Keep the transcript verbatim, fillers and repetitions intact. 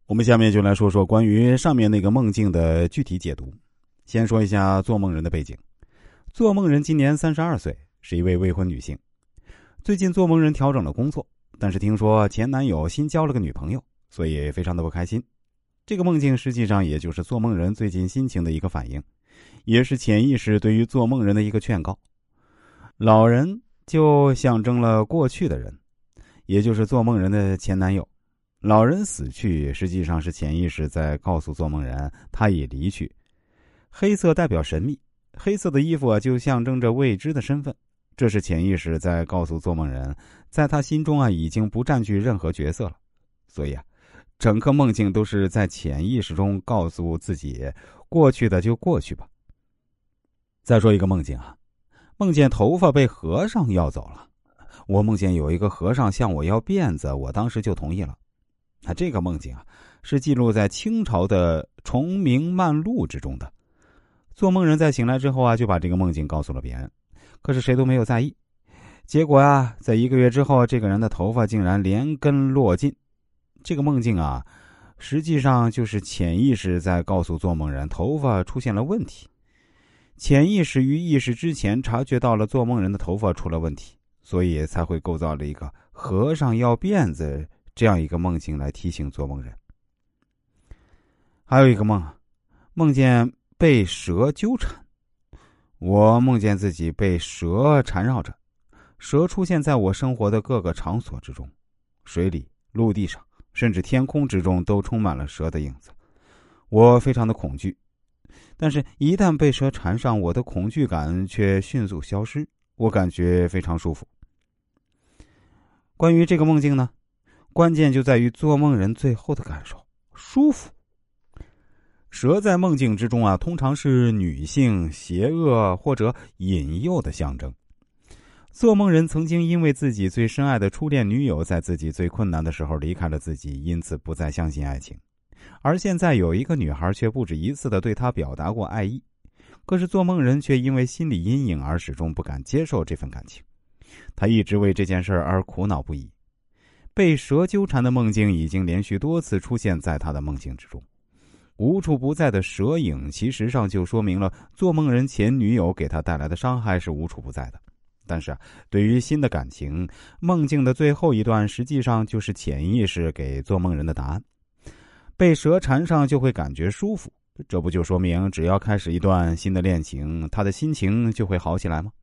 我们下面就来说说关于上面那个梦境的具体解读。先说一下做梦人的背景。做梦人今年三十二岁，是一位未婚女性。最近做梦人调整了工作，但是听说前男友新交了个女朋友，所以非常的不开心。这个梦境实际上也就是做梦人最近心情的一个反应，也是潜意识对于做梦人的一个劝告。老人就象征了过去的人，也就是做梦人的前男友。老人死去实际上是潜意识在告诉做梦人他已离去。黑色代表神秘，黑色的衣服啊就象征着未知的身份，这是潜意识在告诉做梦人，在他心中啊已经不占据任何角色了。所以啊，整个梦境都是在潜意识中告诉自己，过去的就过去吧。再说一个梦境啊，梦见头发被和尚要走了。我梦见有一个和尚向我要辫子，我当时就同意了。那这个梦境啊，是记录在清朝的《崇明漫录》之中的。做梦人在醒来之后啊，就把这个梦境告诉了别人，可是谁都没有在意。结果啊，在一个月之后，这个人的头发竟然连根落尽。这个梦境啊，实际上就是潜意识在告诉做梦人，头发出现了问题。潜意识于意识之前察觉到了做梦人的头发出了问题，所以才会构造了一个和尚要辫子这样一个梦境来提醒做梦人。还有一个梦，梦见被蛇纠缠。我梦见自己被蛇缠绕着，蛇出现在我生活的各个场所之中，水里、陆地上，甚至天空之中都充满了蛇的影子。我非常的恐惧，但是一旦被蛇缠上，我的恐惧感却迅速消失，我感觉非常舒服。关于这个梦境呢，关键就在于做梦人最后的感受，舒服。蛇在梦境之中啊，通常是女性、邪恶或者引诱的象征。做梦人曾经因为自己最深爱的初恋女友在自己最困难的时候离开了自己，因此不再相信爱情。而现在有一个女孩却不止一次地对他表达过爱意，可是做梦人却因为心理阴影而始终不敢接受这份感情。他一直为这件事而苦恼不已。被蛇纠缠的梦境已经连续多次出现在他的梦境之中。无处不在的蛇影其实上就说明了做梦人前女友给他带来的伤害是无处不在的。但是啊，对于新的感情，梦境的最后一段实际上就是潜意识给做梦人的答案。被蛇缠上就会感觉舒服，这不就说明只要开始一段新的恋情，他的心情就会好起来吗？